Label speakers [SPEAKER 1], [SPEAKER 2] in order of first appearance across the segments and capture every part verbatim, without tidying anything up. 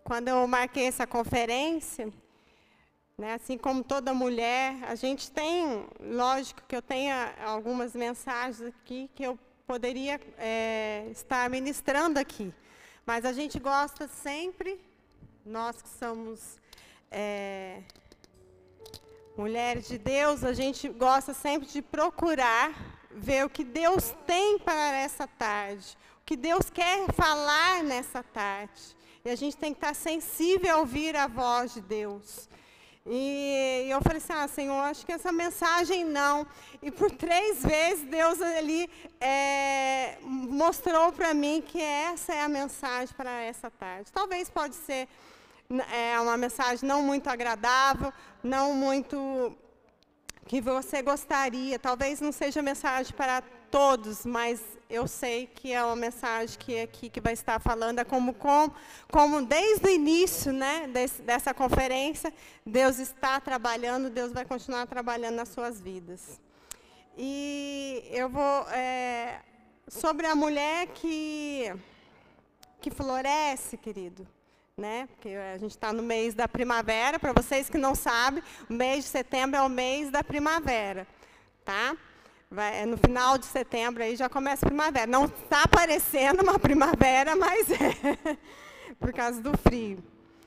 [SPEAKER 1] quando eu marquei essa conferência, né, assim como toda mulher, a gente tem, lógico que eu tenho algumas mensagens aqui que eu poderia é, estar ministrando aqui, mas a gente gosta sempre, nós que somos é, mulheres de Deus, a gente gosta sempre de procurar ver o que Deus tem para essa tarde, o que Deus quer falar nessa tarde. E a gente tem que estar sensível a ouvir a voz de Deus. E eu falei assim, ah, Senhor, acho que essa mensagem não. E por três vezes Deus ali é, mostrou para mim que essa é a mensagem para essa tarde. Talvez pode ser é, uma mensagem não muito agradável, não muito que você gostaria. Talvez não seja mensagem para todos, mas eu sei que é uma mensagem que aqui que vai estar falando, é como, como, como desde o início, né, desse, dessa conferência, Deus está trabalhando, Deus vai continuar trabalhando nas suas vidas. E eu vou, é, sobre a mulher que, que floresce, querido, né, porque a gente está no mês da primavera, para vocês que não sabem, o mês de setembro é o mês da primavera, tá? Vai, no final de setembro aí já começa a primavera. Não está parecendo uma primavera, mas é por causa do frio.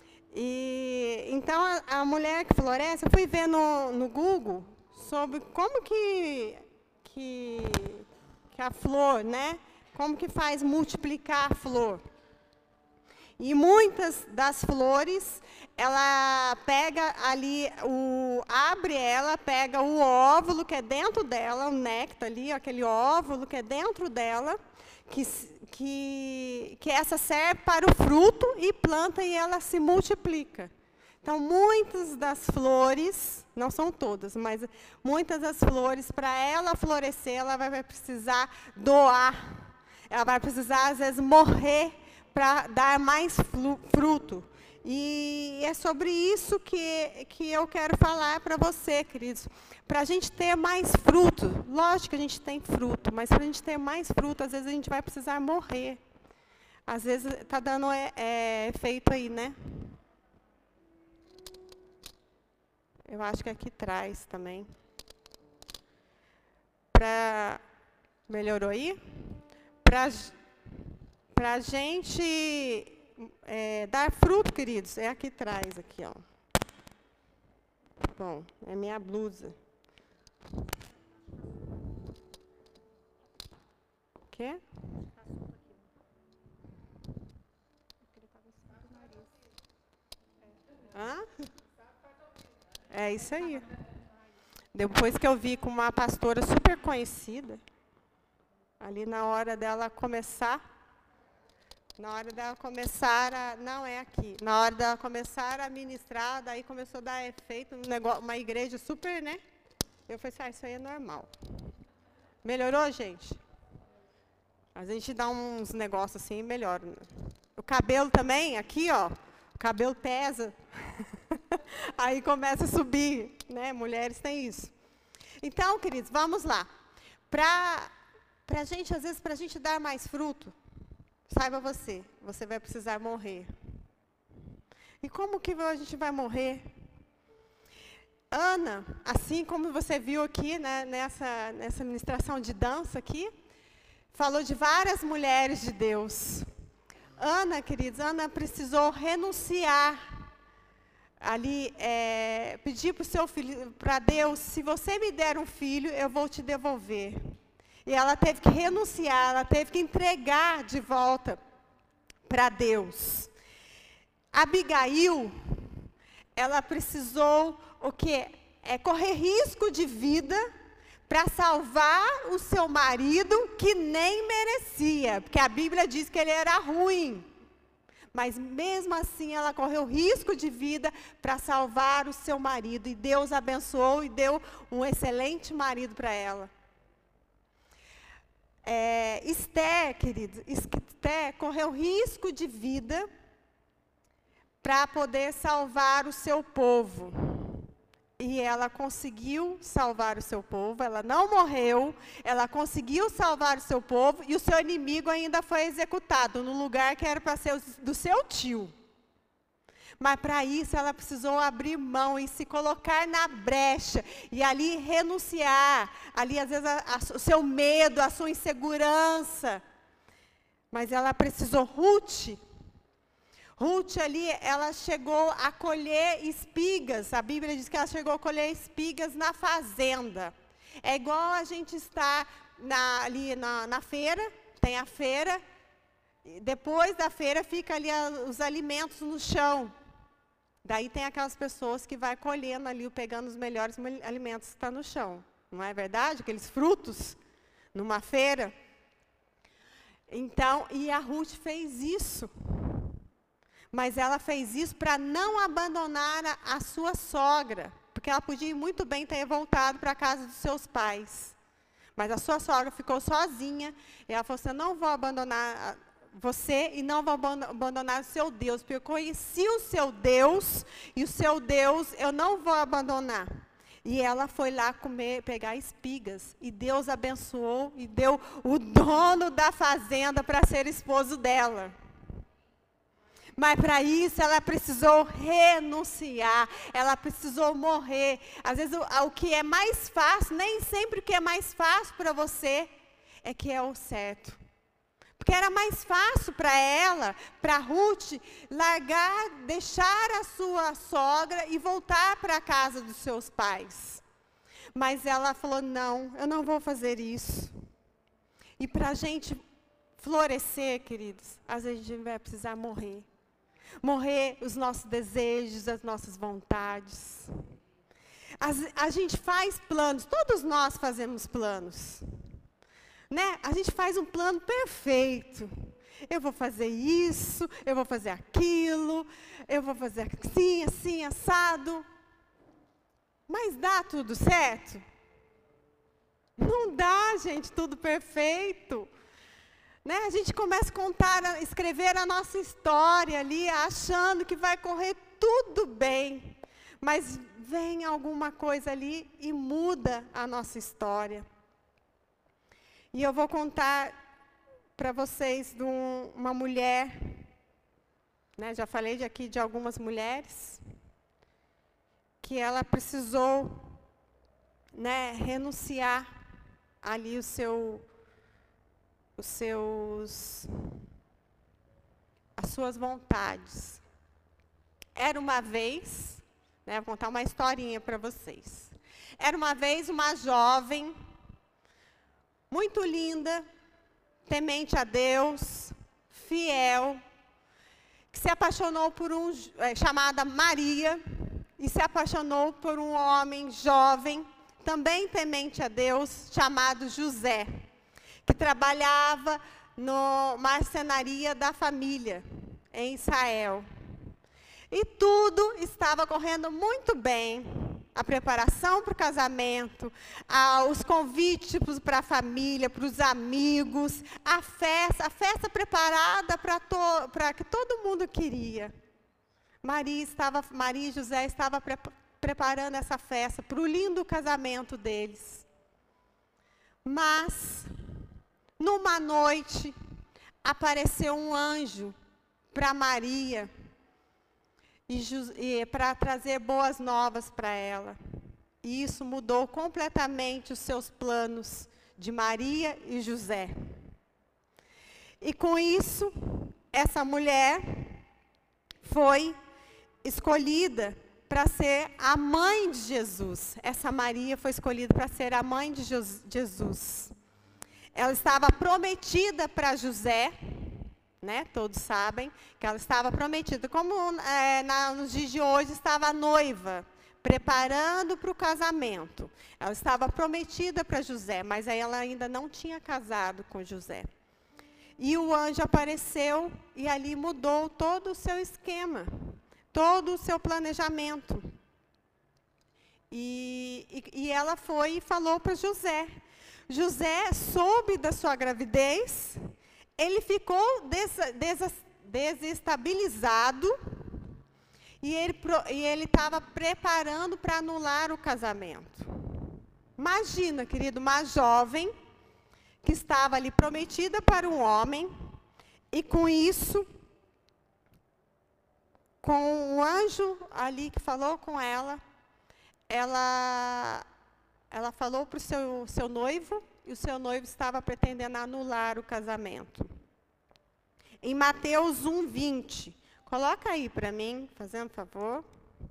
[SPEAKER 1] E, então, a, a mulher que floresce, eu fui ver no, no Google sobre como que, que, que a flor, né? Como que faz multiplicar a flor. E muitas das flores, ela pega ali, o, abre ela, pega o óvulo que é dentro dela, o néctar ali, aquele óvulo que é dentro dela, que, que, que essa serve para o fruto e planta e ela se multiplica. Então, muitas das flores, não são todas, mas muitas das flores, para ela florescer, ela vai, vai precisar doar, ela vai precisar, às vezes, morrer para dar mais fruto. E é sobre isso que, que eu quero falar para você, queridos. Para a gente ter mais fruto, lógico que a gente tem fruto, mas para a gente ter mais fruto, às vezes a gente vai precisar morrer. Às vezes está dando é, é, efeito aí, né? Eu acho que aqui traz também. Pra... Melhorou aí? Para Para a gente é, dar fruto, queridos, é aqui atrás, aqui, ó. Bom, é minha blusa. O quê? Hã? É isso aí. Depois que eu vi com uma pastora super conhecida, ali na hora dela começar, Na hora dela começar a... Não, é aqui. Na hora dela começar a ministrar, daí começou a dar efeito, um negócio, uma igreja super, né? Eu falei assim, ah, isso aí é normal. Melhorou, gente? A gente dá uns negócios assim, melhora. O cabelo também, aqui, ó. O cabelo pesa. Aí começa a subir, né? Mulheres têm isso. Então, queridos, vamos lá. Para a gente, às vezes, para a gente dar mais fruto, saiba você, você vai precisar morrer. E como que a gente vai morrer? Ana, assim como você viu aqui, né, nessa, nessa ministração de dança aqui, falou de várias mulheres de Deus. Ana, queridos, Ana precisou renunciar, ali, é, pedir para o seu filho, para Deus, se você me der um filho, eu vou te devolver. E ela teve que renunciar, ela teve que entregar de volta para Deus. Abigail, ela precisou o quê? É correr risco de vida para salvar o seu marido que nem merecia, porque a Bíblia diz que ele era ruim. Mas mesmo assim ela correu risco de vida para salvar o seu marido, e Deus abençoou e deu um excelente marido para ela. É, Esté, querido, Esté correu risco de vida para poder salvar o seu povo. E ela conseguiu salvar o seu povo, ela não morreu, ela conseguiu salvar o seu povo, e o seu inimigo ainda foi executado no lugar que era para ser do seu tio. Mas para isso ela precisou abrir mão e se colocar na brecha. E ali renunciar, ali às vezes a, a, o seu medo, a sua insegurança. Mas ela precisou, Ruth, Ruth ali, ela chegou a colher espigas. A Bíblia diz que ela chegou a colher espigas na fazenda. É igual a gente estar na, ali na, na feira, tem a feira, depois da feira fica ali a, os alimentos no chão. Daí tem aquelas pessoas que vai colhendo ali, pegando os melhores alimentos que estão no chão. Não é verdade? Aqueles frutos numa feira. Então, e a Ruth fez isso. Mas ela fez isso para não abandonar a, a sua sogra. Porque ela podia muito bem ter voltado para a casa dos seus pais. Mas a sua sogra ficou sozinha. E ela falou assim, eu não vou abandonar você e não vou abandonar o seu Deus. Porque eu conheci o seu Deus e o seu Deus eu não vou abandonar. E ela foi lá comer, pegar espigas. E Deus abençoou e deu o dono da fazenda para ser esposo dela. Mas para isso ela precisou renunciar, ela precisou morrer. Às vezes o, o que é mais fácil, nem sempre o que é mais fácil para você é que é o certo. Porque era mais fácil para ela, para Ruth, largar, deixar a sua sogra e voltar para a casa dos seus pais. Mas ela falou, não, eu não vou fazer isso. E para a gente florescer, queridos, às vezes a gente vai precisar morrer. Morrer os nossos desejos, as nossas vontades. As, a gente faz planos, todos nós fazemos planos. Né? A gente faz um plano perfeito. Eu vou fazer isso, eu vou fazer aquilo, eu vou fazer assim, assim, assado. Mas dá tudo certo? Não dá, gente, tudo perfeito. Né? A gente começa a contar, a escrever a nossa história ali, achando que vai correr tudo bem. Mas vem alguma coisa ali e muda a nossa história. E eu vou contar para vocês de um, uma mulher, né, já falei de aqui de algumas mulheres, que ela precisou, né, renunciar ali o seu, os seus, as suas vontades. Era uma vez, né, vou contar uma historinha para vocês. Era uma vez uma jovem, muito linda, temente a Deus, fiel, que se apaixonou por um, é, chamada Maria, e se apaixonou por um homem jovem, também temente a Deus, chamado José, que trabalhava na marcenaria da família, em Israel. E tudo estava correndo muito bem. A preparação para o casamento, a, os convites para a família, para os amigos, a festa, a festa preparada para to, que todo mundo queria. Maria, estava, Maria e José estavam pre, preparando essa festa para o lindo casamento deles. Mas, numa noite, apareceu um anjo para Maria, E, e para trazer boas novas para ela. E isso mudou completamente os seus planos de Maria e José. E com isso, essa mulher foi escolhida para ser a mãe de Jesus. Essa Maria foi escolhida para ser a mãe de Jesus. Ela estava prometida para José, né? Todos sabem que ela estava prometida. Como é, na, nos dias de hoje estava noiva, preparando para o casamento. Ela estava prometida para José, mas aí ela ainda não tinha casado com José. E o anjo apareceu e ali mudou todo o seu esquema, todo o seu planejamento. E, e, e ela foi e falou para José. José soube da sua gravidez. Ele ficou des, des, desestabilizado e ele estava preparando para anular o casamento. Imagina, querido, uma jovem que estava ali prometida para um homem e com isso, com o anjo ali que falou com ela, ela, ela falou para o seu, seu noivo, e o seu noivo estava pretendendo anular o casamento. Em Mateus um, vinte, coloca aí para mim, fazendo favor.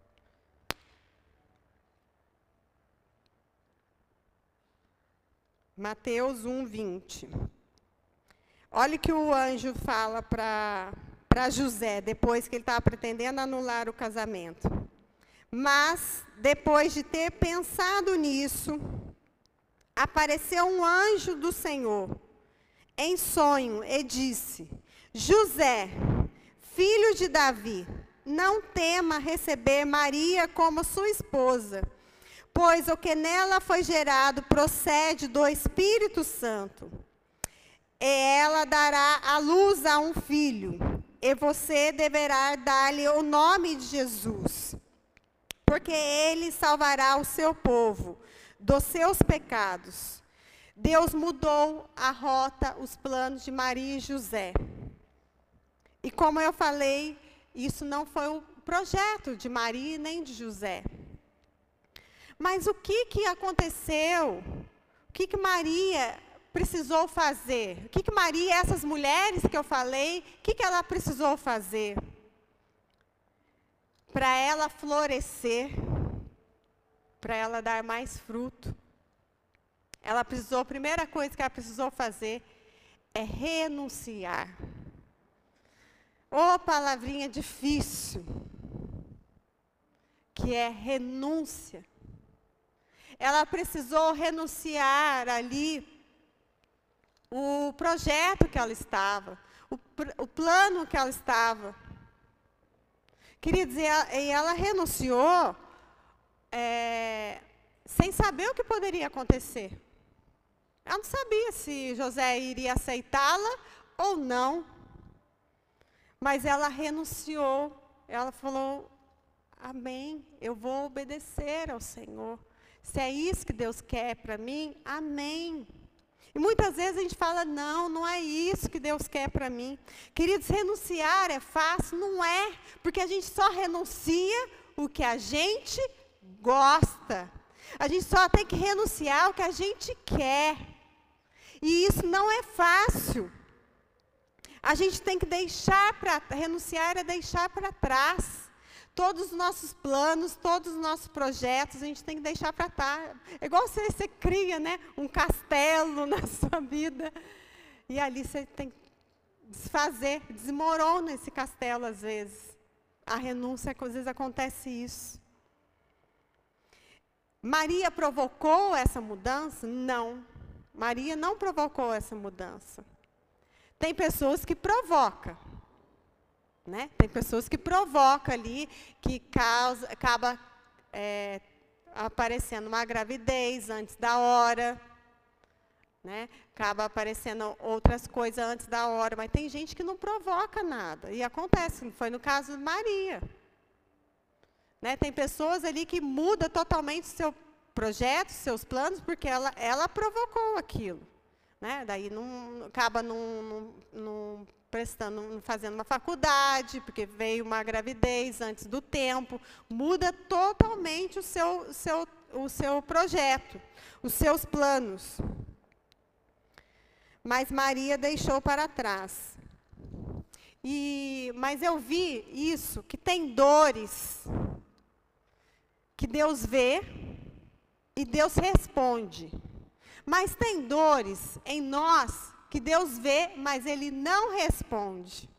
[SPEAKER 1] Mateus um, vinte. Olha o que o anjo fala para para José, depois que ele estava pretendendo anular o casamento. Mas, depois de ter pensado nisso, apareceu um anjo do Senhor, em sonho, e disse: José, filho de Davi, não tema receber Maria como sua esposa, pois o que nela foi gerado procede do Espírito Santo. E ela dará à luz a um filho, e você deverá dar-lhe o nome de Jesus, porque ele salvará o seu povo dos seus pecados. Deus mudou a rota, os planos de Maria e José. E como eu falei, isso não foi o projeto de Maria nem de José. Mas o que, que aconteceu? O que, que Maria precisou fazer? O que, que Maria, essas mulheres que eu falei, o que, que ela precisou fazer? Para ela florescer, para ela dar mais fruto. Ela precisou, a primeira coisa que ela precisou fazer é renunciar. Ô, palavrinha difícil, que é renúncia. Ela precisou renunciar ali o projeto que ela estava, o, o plano que ela estava. Queridos, e ela, e ela renunciou é, sem saber o que poderia acontecer. Ela não sabia se José iria aceitá-la ou não. Mas ela renunciou. Ela falou: amém, eu vou obedecer ao Senhor. Se é isso que Deus quer para mim, amém. E muitas vezes a gente fala: não, não é isso que Deus quer para mim. Queridos, renunciar é fácil? Não é, porque a gente só renuncia o que a gente gosta. A gente só tem que renunciar o que a gente quer. E isso não é fácil. A gente tem que deixar para... Renunciar é deixar para trás. Todos os nossos planos, todos os nossos projetos, a gente tem que deixar para trás. É igual você, você cria, né, um castelo na sua vida. E ali você tem que desfazer, desmorona esse castelo às vezes. A renúncia, às vezes acontece isso. Maria provocou essa mudança? Não. Maria não provocou essa mudança. Tem pessoas que provocam. Né? Tem pessoas que provocam ali, que causa, acaba é, aparecendo uma gravidez antes da hora, né? Acaba aparecendo outras coisas antes da hora, mas tem gente que não provoca nada, e acontece, foi no caso de Maria. Né? Tem pessoas ali que mudam totalmente o seu projeto, seus planos, porque ela, ela provocou aquilo. Né? Daí não, acaba não, não, não prestando, fazendo uma faculdade, porque veio uma gravidez antes do tempo, muda totalmente o seu, seu, o seu projeto, os seus planos. Mas Maria deixou para trás. E, mas eu vi isso, que tem dores, que Deus vê e Deus responde. Mas tem dores em nós que Deus vê, mas Ele não responde.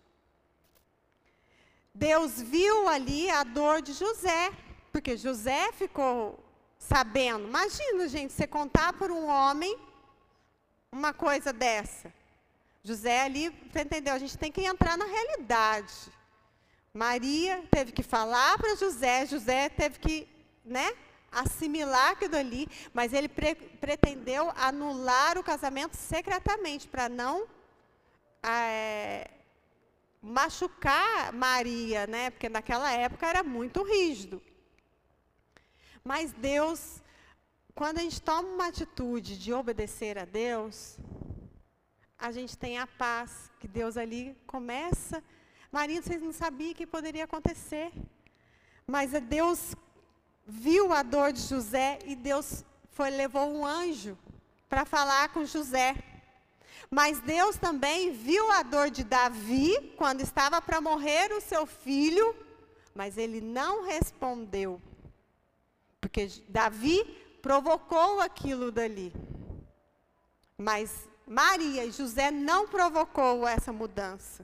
[SPEAKER 1] Deus viu ali a dor de José, porque José ficou sabendo. Imagina, gente, você contar para um homem uma coisa dessa. José ali, entendeu? A gente tem que entrar na realidade. Maria teve que falar para José, José teve que, né, assimilar aquilo ali, mas ele pre pretendeu anular o casamento secretamente, para não é, machucar Maria, né? Porque naquela época era muito rígido. Mas Deus, quando a gente toma uma atitude de obedecer a Deus, a gente tem a paz, que Deus ali começa Maria, vocês não sabiam que poderia acontecer. Mas Deus viu a dor de José e Deus foi, levou um anjo para falar com José. Mas Deus também viu a dor de Davi, quando estava para morrer o seu filho, mas ele não respondeu. Porque Davi provocou aquilo dali. Mas Maria e José não provocou essa mudança.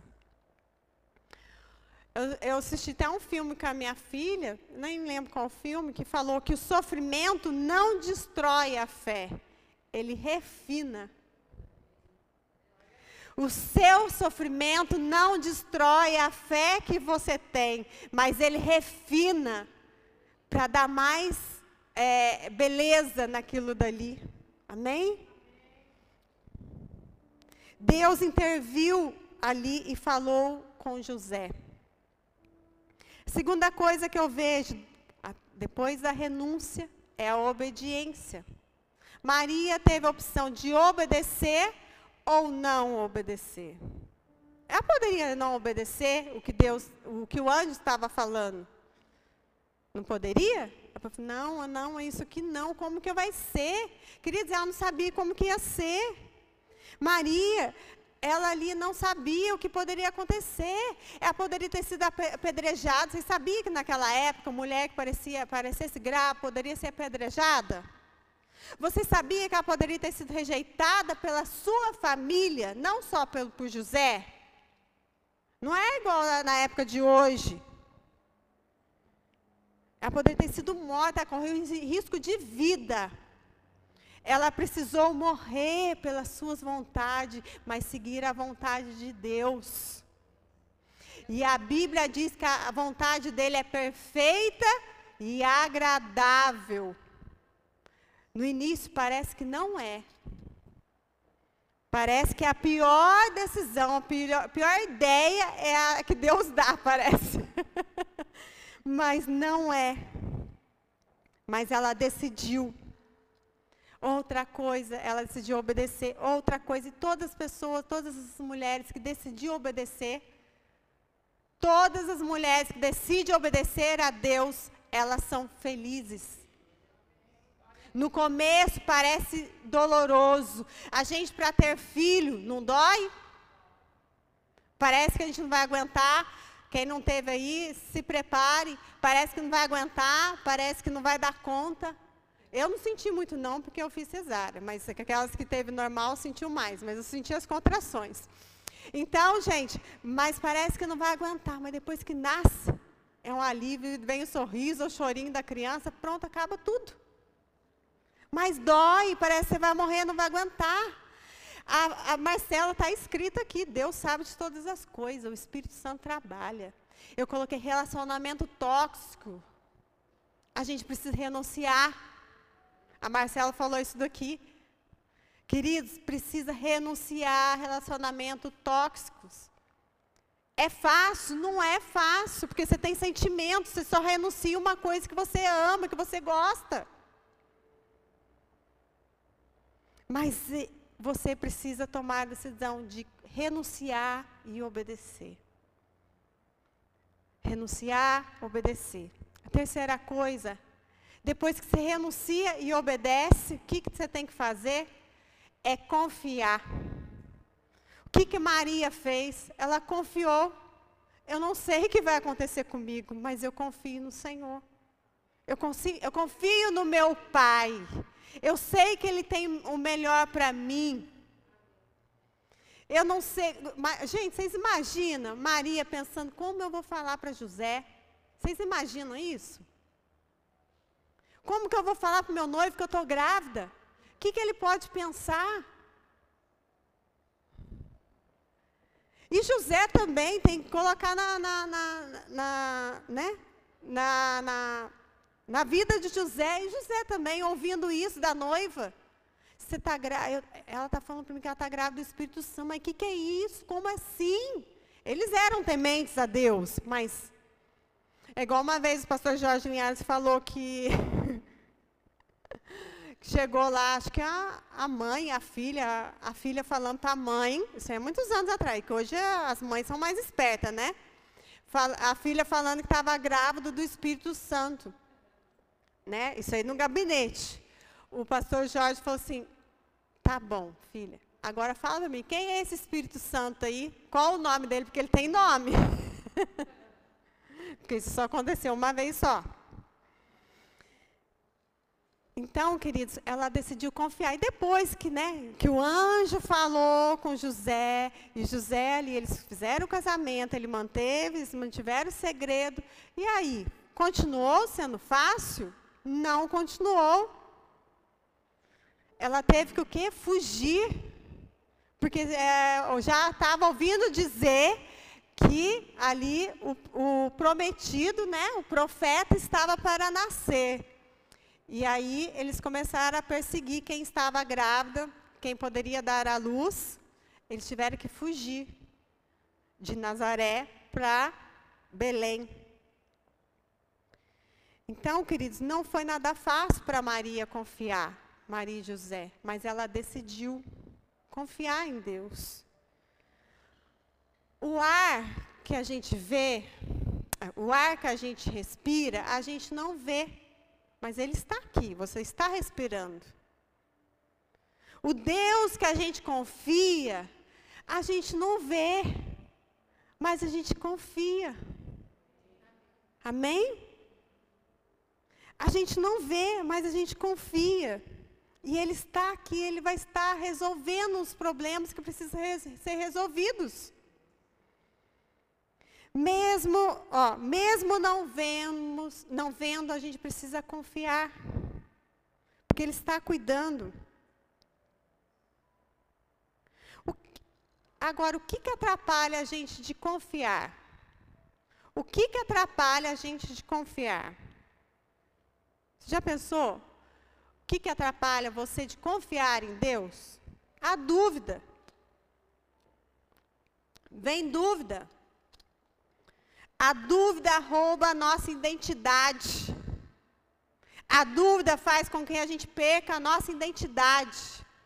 [SPEAKER 1] Eu, eu assisti até um filme com a minha filha, nem lembro qual filme, que falou que o sofrimento não destrói a fé, ele refina. O seu sofrimento não destrói a fé que você tem, mas ele refina para dar mais é, beleza naquilo dali. Amém? Deus interviu ali e falou com José. Segunda coisa que eu vejo, depois da renúncia, é a obediência. Maria teve a opção de obedecer ou não obedecer. Ela poderia não obedecer o que Deus, o que o anjo estava falando. Não poderia? Ela falou, não, não, é isso aqui não, como que vai ser? Queria dizer, ela não sabia como que ia ser. Maria, ela ali não sabia o que poderia acontecer. Ela poderia ter sido apedrejada. Vocês sabiam que naquela época, mulher que parecia, parecesse grávida poderia ser apedrejada? Você sabia que ela poderia ter sido rejeitada pela sua família, não só pelo, por José? Não é igual na época de hoje. Ela poderia ter sido morta, correu risco de vida. Ela precisou morrer pelas suas vontades, mas seguir a vontade de Deus. E a Bíblia diz que a vontade dele é perfeita e agradável. No início parece que não é. Parece que a pior decisão, a pior, pior ideia é a que Deus dá, parece. Mas não é. Mas ela decidiu. Outra coisa, ela decidiu obedecer. Outra coisa, e todas as pessoas, todas as mulheres que decidiram obedecer, todas as mulheres que decidem obedecer a Deus, elas são felizes. No começo parece doloroso. A gente, para ter filho, não dói? Parece que a gente não vai aguentar. Quem não teve aí, se prepare. Parece que não vai aguentar, parece que não vai dar conta. Eu não senti muito não, porque eu fiz cesárea. Mas aquelas que teve normal, sentiu mais. Mas eu senti as contrações. Então, gente, mas parece que não vai aguentar. Mas depois que nasce, é um alívio, vem o sorriso, o chorinho da criança, pronto, acaba tudo. Mas dói, parece que você vai morrer, não vai aguentar. A, a Marcela está escrito aqui, Deus sabe de todas as coisas, o Espírito Santo trabalha. Eu coloquei relacionamento tóxico. A gente precisa renunciar. A Marcela falou isso daqui. Queridos, precisa renunciar a relacionamentos tóxicos. É fácil? Não é fácil, porque você tem sentimentos, você só renuncia uma coisa que você ama, que você gosta. Mas você precisa tomar a decisão de renunciar e obedecer. Renunciar, obedecer. A terceira coisa, depois que você renuncia e obedece, o que, que você tem que fazer? É confiar. O que, que Maria fez? Ela confiou. Eu não sei o que vai acontecer comigo, mas eu confio no Senhor. Eu, consigo, eu confio no meu Pai. Eu sei que Ele tem o melhor para mim. Eu não sei... Gente, vocês imaginam Maria pensando, como eu vou falar para José? Vocês imaginam isso? Como que eu vou falar para o meu noivo que eu estou grávida? O que, que ele pode pensar? E José também tem que colocar na, na, na, na, né? na, na, na vida de José. E José também, ouvindo isso da noiva. Você tá gra... Ela está falando para mim que ela está grávida do Espírito Santo. Mas o que, que é isso? Como assim? Eles eram tementes a Deus, mas... É igual uma vez o pastor Jorge Linhares falou que... Chegou lá, acho que a, a mãe, a filha, a filha falando para a mãe, isso é muitos anos atrás, que hoje as mães são mais espertas, né? a filha falando que estava grávida do Espírito Santo. Né? Isso aí no gabinete. O pastor Jorge falou assim, tá bom, filha, agora fala para mim, quem é esse Espírito Santo aí? Qual o nome dele? Porque ele tem nome. Porque isso só aconteceu uma vez só. Então, queridos, ela decidiu confiar. E depois que, né, que o anjo falou com José, e José ali, eles fizeram o casamento, ele manteve, eles mantiveram o segredo. E aí, continuou sendo fácil? Não continuou. Ela teve que o quê? Fugir. Porque é, eu já estava ouvindo dizer que ali o, o prometido, né, o profeta, estava para nascer. E aí eles começaram a perseguir quem estava grávida, quem poderia dar à luz. Eles tiveram que fugir de Nazaré para Belém. Então, queridos, não foi nada fácil para Maria confiar, Maria e José, mas ela decidiu confiar em Deus. O ar que a gente vê, o ar que a gente respira, a gente não vê, mas ele está aqui, você está respirando. O Deus que a gente confia, a gente não vê, mas a gente confia. Amém? A gente não vê, mas a gente confia. E Ele está aqui, Ele vai estar resolvendo os problemas que precisam ser resolvidos. Mesmo, ó, mesmo não vemos, não vendo, a gente precisa confiar. Porque Ele está cuidando. O, agora, o que, que atrapalha a gente de confiar? O que, que atrapalha a gente de confiar? Você já pensou? O que, que atrapalha você de confiar em Deus? A dúvida. Vem dúvida. A dúvida rouba a nossa identidade. A dúvida faz com que a gente perca a nossa identidade.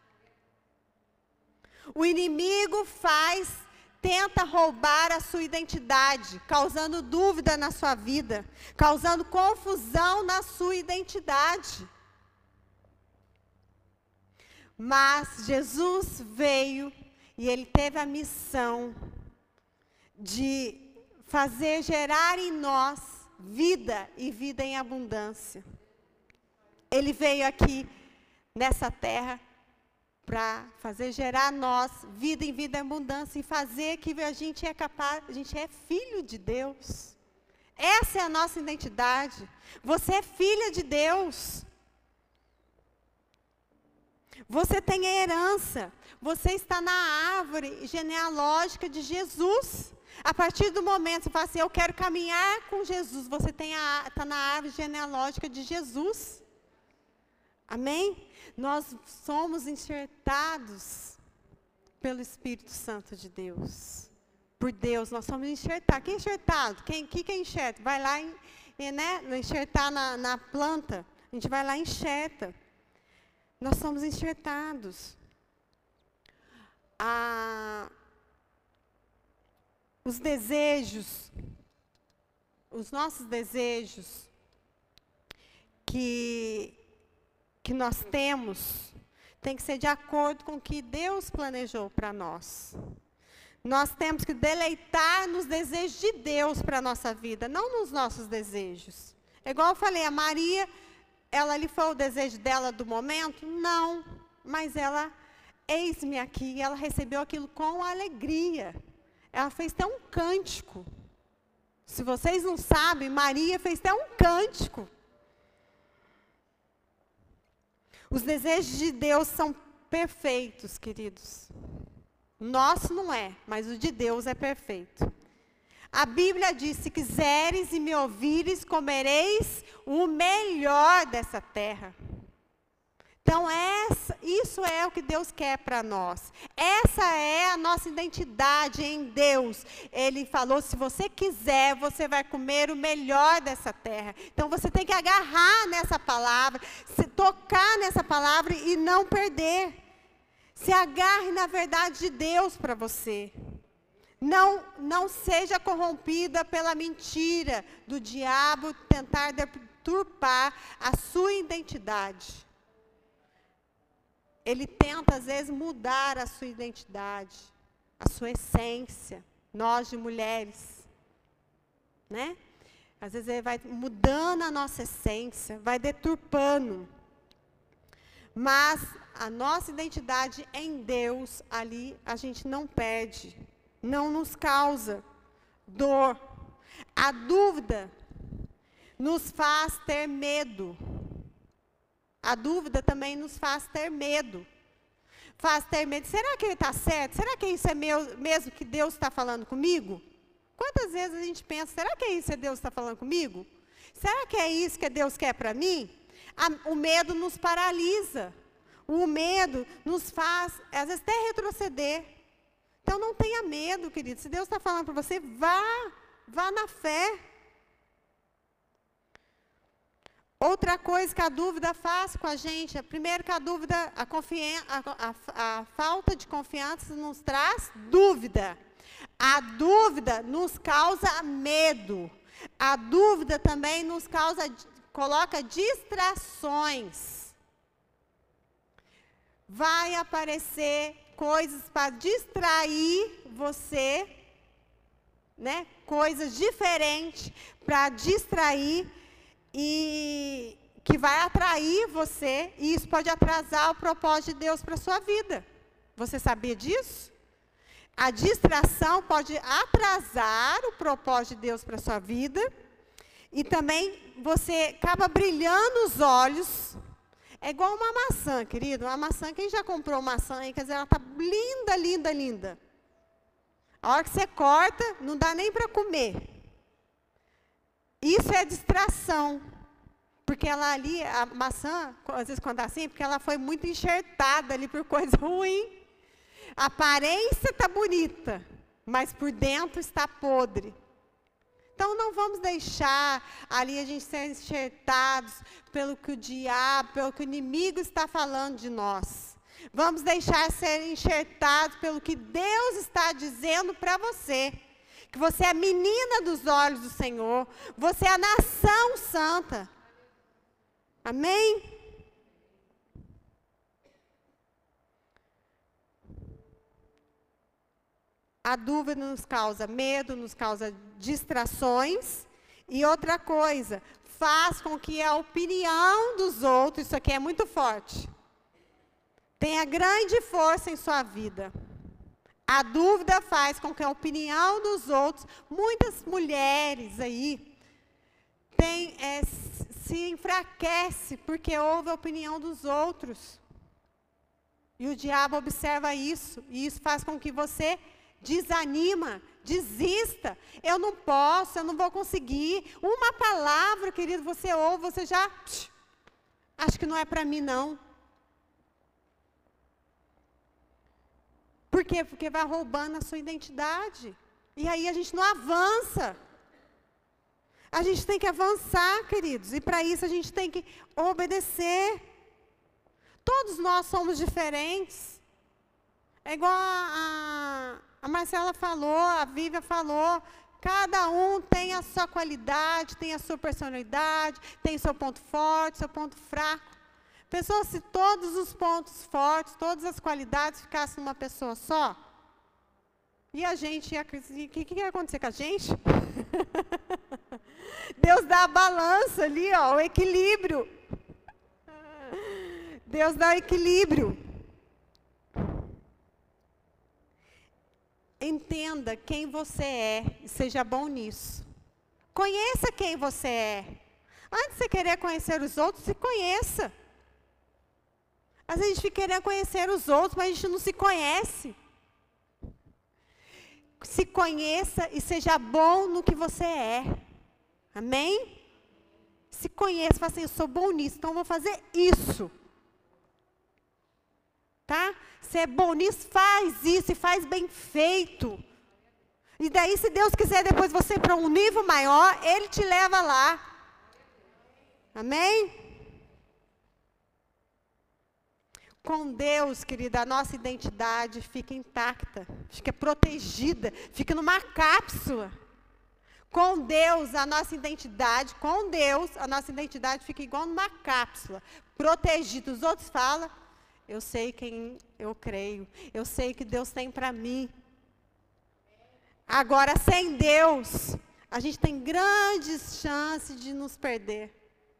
[SPEAKER 1] O inimigo faz, tenta roubar a sua identidade, causando dúvida na sua vida, causando confusão na sua identidade. Mas Jesus veio e Ele teve a missão de fazer gerar em nós vida e vida em abundância. Ele veio aqui nessa terra para fazer gerar nós vida em vida em abundância e fazer que a gente é capaz, a gente é filho de Deus. Essa é a nossa identidade. Você é filha de Deus. Você tem a herança. Você está na árvore genealógica de Jesus. A partir do momento que você fala assim, eu quero caminhar com Jesus, você está na árvore genealógica de Jesus. Amém? Nós somos enxertados pelo Espírito Santo de Deus. Por Deus, nós somos enxertados. Quem é enxertado? Quem que, que é enxerto? Vai lá e, né, enxertar na, na planta. A gente vai lá e enxerta. Nós somos enxertados. Ah, os desejos, os nossos desejos que, que nós temos, tem que ser de acordo com o que Deus planejou para nós. Nós temos que deleitar nos desejos de Deus para a nossa vida, não nos nossos desejos. É igual eu falei, a Maria, ela ali foi o desejo dela do momento? Não, mas ela, eis-me aqui, ela recebeu aquilo com alegria. Ela fez até um cântico. Se vocês não sabem, Maria fez até um cântico. Os desejos de Deus são perfeitos, queridos. O nosso não é, mas o de Deus é perfeito. A Bíblia diz, se quiseres e me ouvires, comereis o melhor dessa terra. Então, essa, isso é o que Deus quer para nós. Essa é a nossa identidade em Deus. Ele falou, se você quiser, você vai comer o melhor dessa terra. Então, você tem que agarrar nessa palavra, se tocar nessa palavra e não perder. Se agarre na verdade de Deus para você. Não, não seja corrompida pela mentira do diabo tentar deturpar a sua identidade. Ele tenta, às vezes, mudar a sua identidade, a sua essência, nós de mulheres, né? Às vezes ele vai mudando a nossa essência, vai deturpando. Mas a nossa identidade em Deus, ali, a gente não perde. Não nos causa dor. A dúvida nos faz ter medo. A dúvida também nos faz ter medo. Faz ter medo. Será que ele está certo? Será que isso é meu, mesmo que Deus está falando comigo? Quantas vezes a gente pensa, será que é isso que Deus está falando comigo? Será que é isso que Deus quer para mim? A, o medo nos paralisa. O medo nos faz, às vezes, até retroceder. Então, não tenha medo, querido. Se Deus está falando para você, vá, vá na fé. Outra coisa que a dúvida faz com a gente, é, primeiro que a dúvida, a, confian a, a, a falta de confiança nos traz dúvida. A dúvida nos causa medo. A dúvida também nos causa, coloca distrações. Vai aparecer coisas para distrair você, né? Coisas diferentes para distrair e que vai atrair você, e isso pode atrasar o propósito de Deus para a sua vida. Você sabia disso? A distração pode atrasar o propósito de Deus para a sua vida, e também você acaba brilhando os olhos. É igual uma maçã, querido. Uma maçã, quem já comprou maçã, quer dizer, ela está linda, linda, linda. A hora que você corta, não dá nem para comer. Isso é distração. Porque ela ali, a maçã, às vezes quando é assim, porque ela foi muito enxertada ali por coisa ruim. A aparência está bonita, mas por dentro está podre. Então, não vamos deixar ali a gente ser enxertados pelo que o diabo, pelo que o inimigo está falando de nós. Vamos deixar ser enxertados pelo que Deus está dizendo para você. Que você é a menina dos olhos do Senhor. Você é a nação santa. Amém? A dúvida nos causa medo, nos causa distrações. E outra coisa, faz com que a opinião dos outros, isso aqui é muito forte, tenha grande força em sua vida. A dúvida faz com que a opinião dos outros, muitas mulheres aí, tem, é, se enfraquece porque ouve a opinião dos outros. E o diabo observa isso, e isso faz com que você desanima, desista. Eu não posso, eu não vou conseguir. Uma palavra, querido, você ouve, você já, psh, acho que não é para mim, não. Por quê? Porque vai roubando a sua identidade. E aí a gente não avança. A gente tem que avançar, queridos. E para isso a gente tem que obedecer. Todos nós somos diferentes. É igual a, a, a Marcela falou, a Vívia falou. Cada um tem a sua qualidade, tem a sua personalidade, tem o seu ponto forte, seu ponto fraco. Pessoal, se todos os pontos fortes, todas as qualidades ficassem numa pessoa só, e a gente ia... O que, que ia acontecer com a gente? Deus dá a balança ali, ó, o equilíbrio. Deus dá o equilíbrio. Entenda quem você é e seja bom nisso. Conheça quem você é. Antes de você querer conhecer os outros, se conheça. Às vezes a gente fica querendo conhecer os outros, mas a gente não se conhece. Se conheça e seja bom no que você é. Amém? Se conheça, fala assim, eu sou bom nisso, então eu vou fazer isso. Tá? Se é bom nisso, faz isso e faz bem feito. E daí, se Deus quiser depois você ir para um nível maior, Ele te leva lá. Amém? Com Deus, querida, a nossa identidade fica intacta, fica protegida, fica numa cápsula. Com Deus, a nossa identidade, com Deus, a nossa identidade fica igual numa cápsula, protegida. Os outros falam, eu sei quem eu creio, eu sei que Deus tem para mim. Agora, sem Deus, a gente tem grandes chances de nos perder.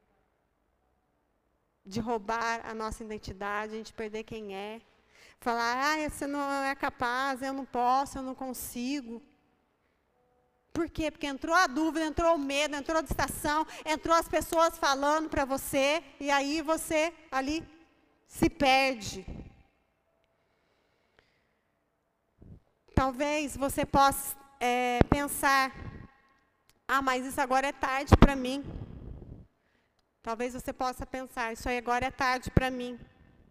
[SPEAKER 1] De roubar a nossa identidade, a gente perder quem é. Falar, ah, você não é capaz, eu não posso, eu não consigo. Por quê? Porque entrou a dúvida, entrou o medo, entrou a distração, entrou as pessoas falando para você, e aí você ali se perde. Talvez você possa é, pensar, ah, mas isso agora é tarde para mim. Talvez você possa pensar, isso aí agora é tarde para mim.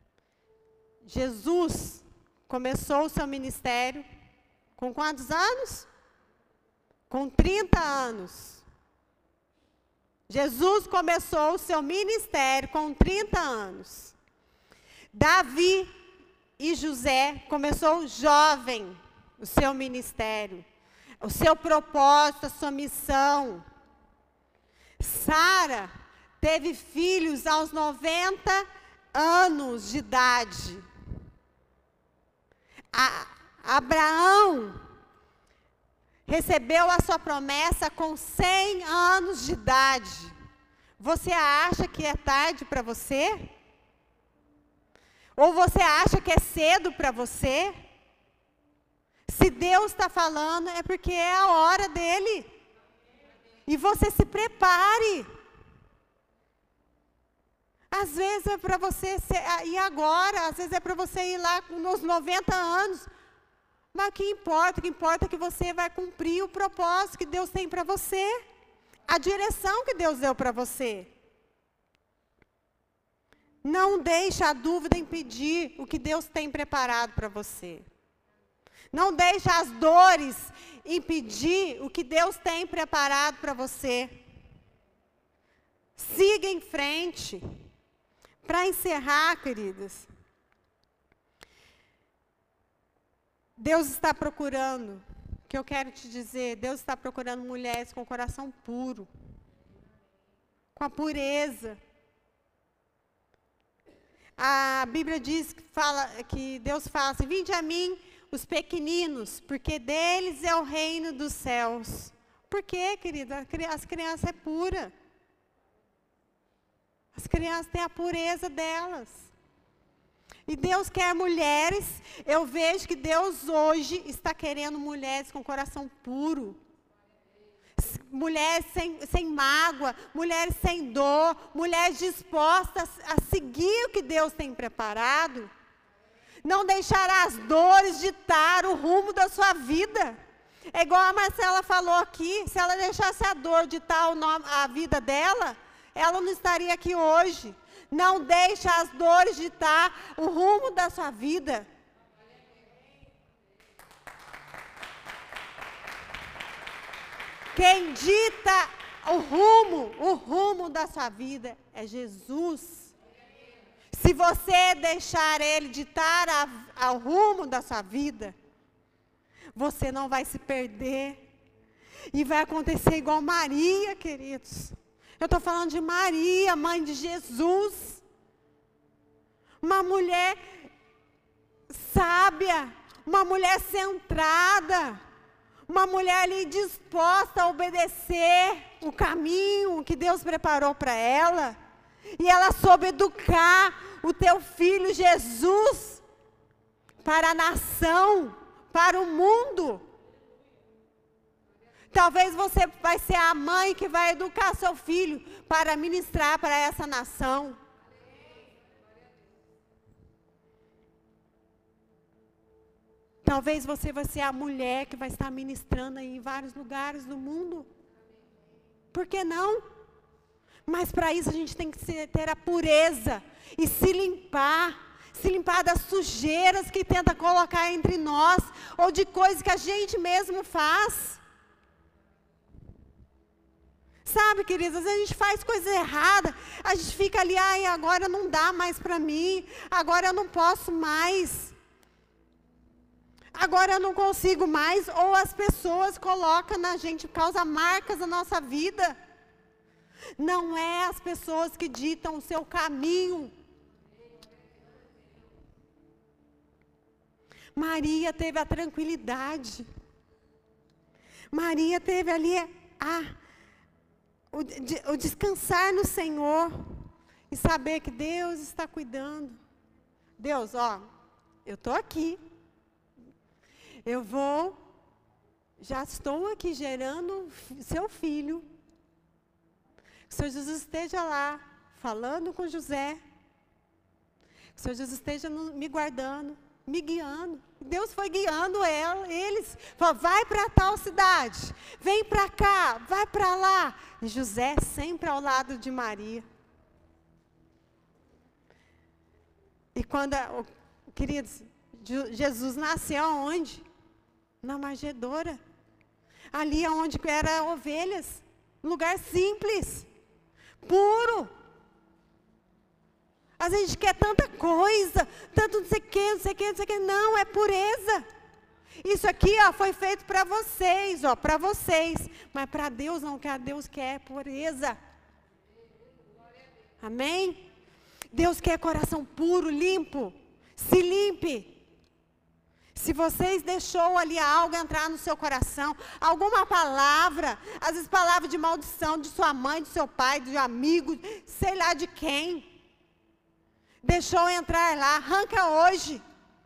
[SPEAKER 1] Jesus começou o seu ministério com quantos anos? Com trinta anos. Jesus começou o seu ministério com trinta anos. Davi e José começou jovem o seu ministério, o seu propósito, a sua missão. Sara teve filhos aos noventa anos de idade. A, Abraão recebeu a sua promessa com cem anos de idade. Você acha que é tarde para você? Ou você acha que é cedo para você? Se Deus está falando, é porque é a hora dele. E você se prepare. Às vezes é para você ir agora, às vezes é para você ir lá nos noventa anos. Mas o que importa? O que importa é que você vai cumprir o propósito que Deus tem para você. A direção que Deus deu para você. Não deixe a dúvida impedir o que Deus tem preparado para você. Não deixe as dores impedir o que Deus tem preparado para você. Siga em frente. Para encerrar, queridas, Deus está procurando, o que eu quero te dizer, Deus está procurando mulheres com o coração puro, com a pureza. A Bíblia diz que, fala, que Deus fala assim, vinde a mim os pequeninos, porque deles é o reino dos céus. Por quê, querida? As crianças é pura. As crianças têm a pureza delas. E Deus quer mulheres, eu vejo que Deus hoje está querendo mulheres com coração puro. Mulheres sem, sem mágoa, mulheres sem dor, mulheres dispostas a seguir o que Deus tem preparado. Não deixar as dores ditar o rumo da sua vida. É igual a Marcela falou aqui, se ela deixasse a dor ditar o nome, a vida dela, ela não estaria aqui hoje. Não deixe as dores ditar o rumo da sua vida. Quem dita o rumo, o rumo da sua vida é Jesus. Se você deixar Ele ditar a, o rumo da sua vida, você não vai se perder. E vai acontecer igual Maria, queridos. Eu estou falando de Maria, mãe de Jesus. Uma mulher sábia, uma mulher centrada, uma mulher ali disposta a obedecer o caminho que Deus preparou para ela. E ela soube educar o teu filho Jesus para a nação, para o mundo. Talvez você vai ser a mãe que vai educar seu filho para ministrar para essa nação. Talvez você vai ser a mulher que vai estar ministrando aí em vários lugares do mundo. Por que não? Mas para isso a gente tem que ter a pureza e se limpar. Se limpar das sujeiras que tenta colocar entre nós, ou de coisas que a gente mesmo faz. sabe, queridos, às vezes a gente faz coisa errada, a gente fica ali, ai, agora não dá mais para mim, agora eu não posso mais, agora eu não consigo mais, ou as pessoas colocam na gente, causam marcas na nossa vida. Não é as pessoas que ditam o seu caminho. Maria teve a tranquilidade. Maria teve ali a, o, de, o descansar no Senhor e saber que Deus está cuidando. Deus, ó, eu estou aqui. Eu vou, já estou aqui gerando seu filho. Que o Senhor Jesus esteja lá, falando com José. Que o Senhor Jesus esteja no, me guardando, me guiando. Deus foi guiando ela, eles. Falou, vai para tal cidade, vem para cá, vai para lá. E José sempre ao lado de Maria. E quando, queridos, Jesus nasceu aonde? Na manjedoura. Ali onde eram ovelhas. Lugar simples. Puro. Às vezes a gente quer tanta coisa, tanto não sei o que, não sei o que, não sei o que. Não, é pureza. Isso aqui, ó, foi feito para vocês, ó, para vocês. Mas para Deus não, o que a Deus quer é pureza. Amém? Deus quer coração puro, limpo. Se limpe. Se vocês deixou ali algo entrar no seu coração, alguma palavra, às vezes palavra de maldição de sua mãe, de seu pai, de um amigo, sei lá de quem, deixou entrar lá, arranca hoje.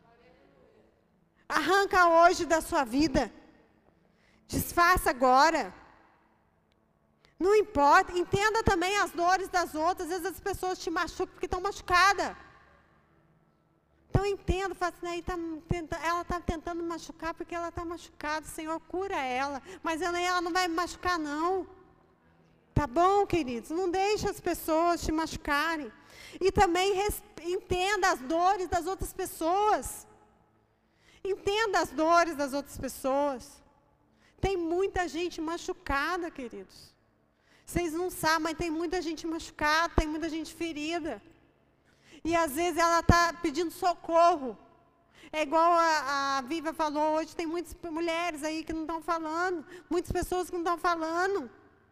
[SPEAKER 1] Arranca hoje da sua vida. Desfaça agora. Não importa, entenda também as dores das outras, às vezes as pessoas te machucam porque estão machucadas. Então, eu entendo, falo assim, aí tá tentando, ela está tentando machucar porque ela está machucada, Senhor, cura ela. Mas ela, ela não vai me machucar, não. Tá bom, queridos? Não deixe as pessoas te machucarem. E também res, entenda as dores das outras pessoas. Entenda as dores das outras pessoas. Tem muita gente machucada, queridos. Vocês não sabem, mas tem muita gente machucada, tem muita gente ferida. E às vezes ela está pedindo socorro. É igual a, a Viva falou hoje, tem muitas mulheres aí que não estão falando, muitas pessoas que não estão falando.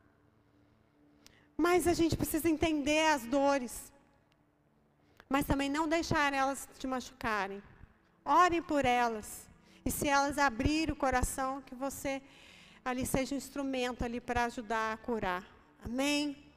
[SPEAKER 1] Mas a gente precisa entender as dores. Mas também não deixar elas te machucarem. Orem por elas. E se elas abrirem o coração, que você ali seja um instrumento ali para ajudar a curar. Amém?